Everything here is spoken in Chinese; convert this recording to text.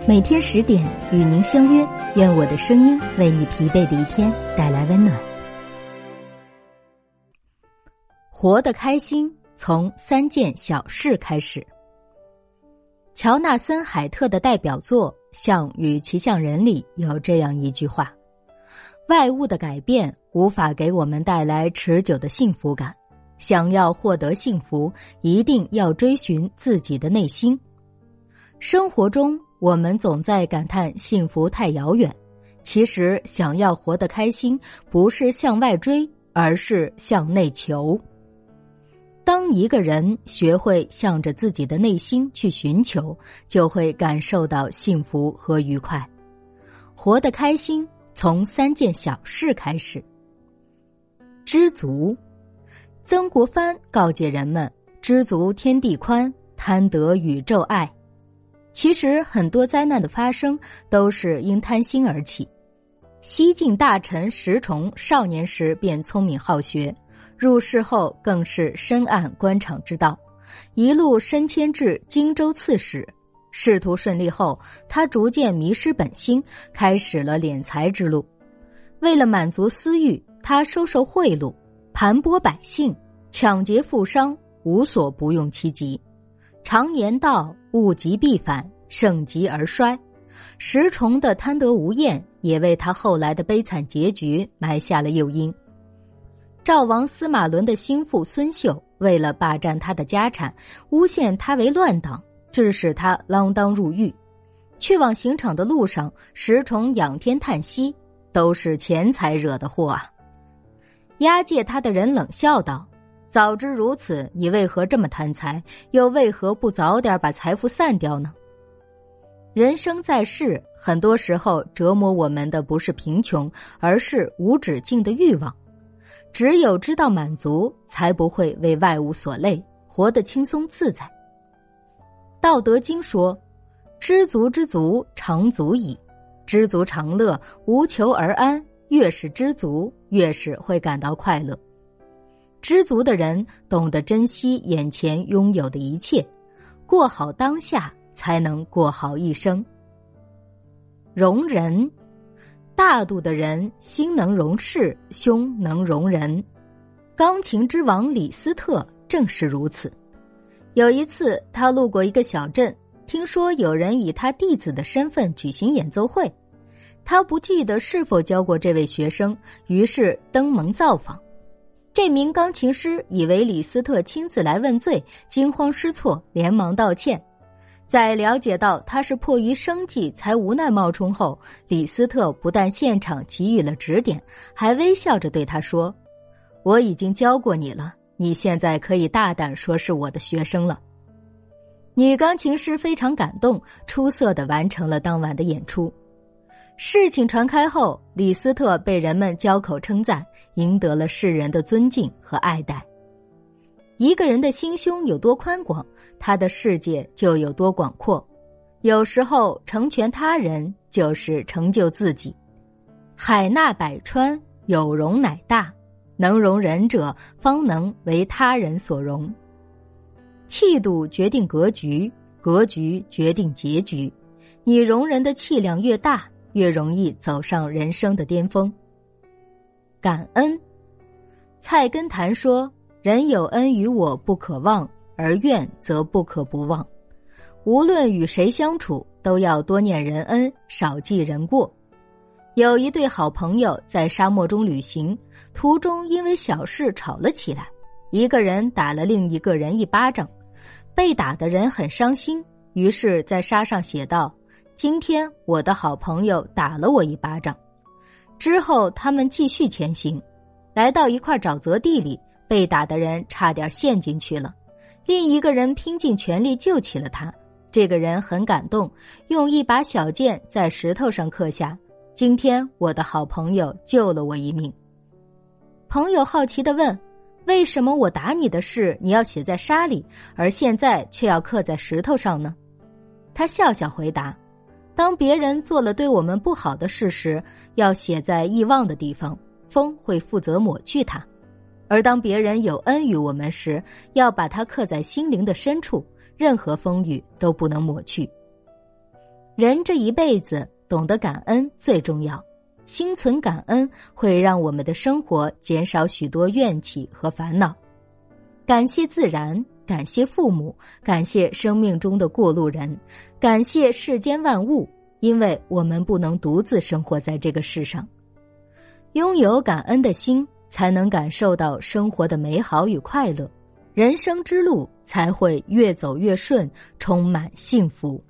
每天10点与您相约，愿我的声音为你疲惫的一天带来温暖。活得开心，从3件小事开始。乔纳森·海特的代表作《象与骑象人》里有这样一句话：外物的改变无法给我们带来持久的幸福感，想要获得幸福，一定要追寻自己的内心。生活中我们总在感叹幸福太遥远，其实想要活得开心，不是向外追，而是向内求。当一个人学会向着自己的内心去寻求，就会感受到幸福和愉快。活得开心，从3件小事开始。知足。曾国藩告诫人们，知足天地宽，贪得宇宙爱。其实很多灾难的发生都是因贪心而起。西晋大臣石崇少年时便聪明好学，入仕后更是深谙官场之道，一路升迁至荆州刺史。仕途顺利后，他逐渐迷失本心，开始了敛财之路。为了满足私欲，他收受贿赂，盘剥百姓，抢劫富商，无所不用其极。常言道，物极必反，盛极而衰。石崇的贪得无厌也为他后来的悲惨结局埋下了诱因。赵王司马伦的心腹孙秀为了霸占他的家产，诬陷他为乱党，致使他锒铛入狱。去往刑场的路上，石崇仰天叹息，都是钱财惹的祸啊。押解他的人冷笑道，早知如此，你为何这么贪财，又为何不早点把财富散掉呢？人生在世，很多时候折磨我们的不是贫穷，而是无止境的欲望。只有知道满足，才不会为外物所累，活得轻松自在。道德经说，知足知足，常足矣。知足常乐，无求而安，越是知足，越是会感到快乐。知足的人懂得珍惜眼前拥有的一切，过好当下，才能过好一生。容人。大度的人心能容事，胸能容人。钢琴之王李斯特正是如此。有一次，他路过一个小镇，听说有人以他弟子的身份举行演奏会。他不记得是否教过这位学生，于是登门造访。这名钢琴师以为李斯特亲自来问罪，惊慌失措，连忙道歉。在了解到他是迫于生计才无奈冒充后，李斯特不但现场给予了指点，还微笑着对他说，我已经教过你了，你现在可以大胆说是我的学生了。女钢琴师非常感动，出色地完成了当晚的演出。事情传开后，李斯特被人们交口称赞，赢得了世人的尊敬和爱戴。一个人的心胸有多宽广，他的世界就有多广阔。有时候成全他人，就是成就自己。海纳百川，有容乃大，能容人者，方能为他人所容。气度决定格局，格局决定结局。你容人的气量越大，越容易走上人生的巅峰。感恩。菜根谭说，人有恩于我不可忘，而怨则不可不忘。无论与谁相处，都要多念人恩，少记人过。有一对好朋友在沙漠中旅行，途中因为小事吵了起来，一个人打了另一个人一巴掌，被打的人很伤心，于是在沙上写道，今天我的好朋友打了我一巴掌。之后他们继续前行，来到一块沼泽地里，被打的人差点陷进去了，另一个人拼尽全力救起了他。这个人很感动，用一把小剑在石头上刻下，今天我的好朋友救了我一命。朋友好奇地问，为什么我打你的事你要写在沙里，而现在却要刻在石头上呢？他笑笑回答，当别人做了对我们不好的事时，要写在易忘的地方，风会负责抹去它；而当别人有恩于我们时，要把它刻在心灵的深处，任何风雨都不能抹去。 人这一辈子懂得感恩最重要，心存感恩会让我们的生活减少许多怨气和烦恼。感谢自然，感谢父母，感谢生命中的过路人，感谢世间万物，因为我们不能独自生活在这个世上。拥有感恩的心，才能感受到生活的美好与快乐，人生之路才会越走越顺，充满幸福。